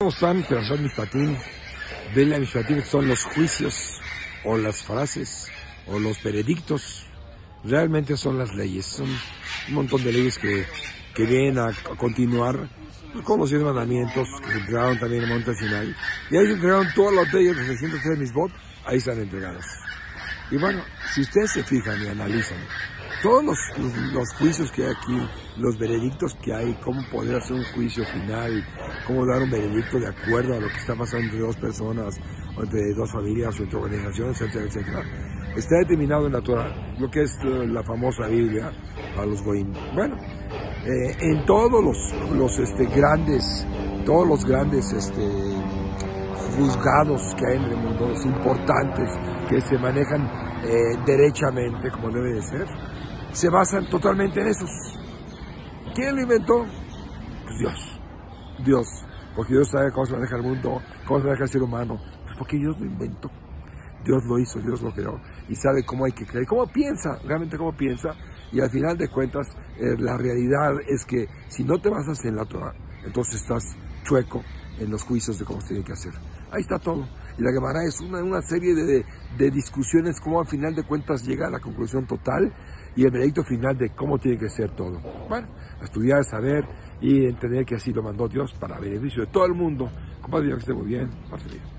¿cómo están? Perashat Mishpatim. Bela Mishpatim son los juicios, o las frases, o los veredictos. Realmente son las leyes. Son un montón de leyes que vienen a continuar con los 10 mandamientos que se entregaron también en el Monte Sinai. Y ahí se entregaron todas las leyes de 603 Misbot, ahí están entregadas. Y bueno, si ustedes se fijan y analizan todos los juicios que hay aquí, los veredictos que hay, cómo poder hacer un juicio final, cómo dar un veredicto de acuerdo a lo que está pasando entre dos personas, o entre dos familias, o entre organizaciones, etcétera, etcétera, está determinado en la Torah, lo que es la famosa Biblia a los Goim. Bueno, en todos los grandes juzgados que hay en el mundo, los importantes, que se manejan derechamente, como debe de ser, se basan totalmente en esos. ¿Quién lo inventó? Pues Dios, porque Dios sabe cómo se maneja el mundo, cómo se maneja el ser humano, pues porque Dios lo inventó, Dios lo hizo, Dios lo creó, y sabe cómo hay que creer, cómo piensa, realmente cómo piensa, y al final de cuentas, la realidad es que si no te basas en la Torah, entonces estás chueco en los juicios de cómo se tiene que hacer. Ahí está todo. Y la Gemara es una serie de discusiones, cómo al final de cuentas llega a la conclusión total y el veredicto final de cómo tiene que ser todo. Bueno, a estudiar, saber y entender que así lo mandó Dios para beneficio de todo el mundo. Compadre, que esté muy bien. Parte bien.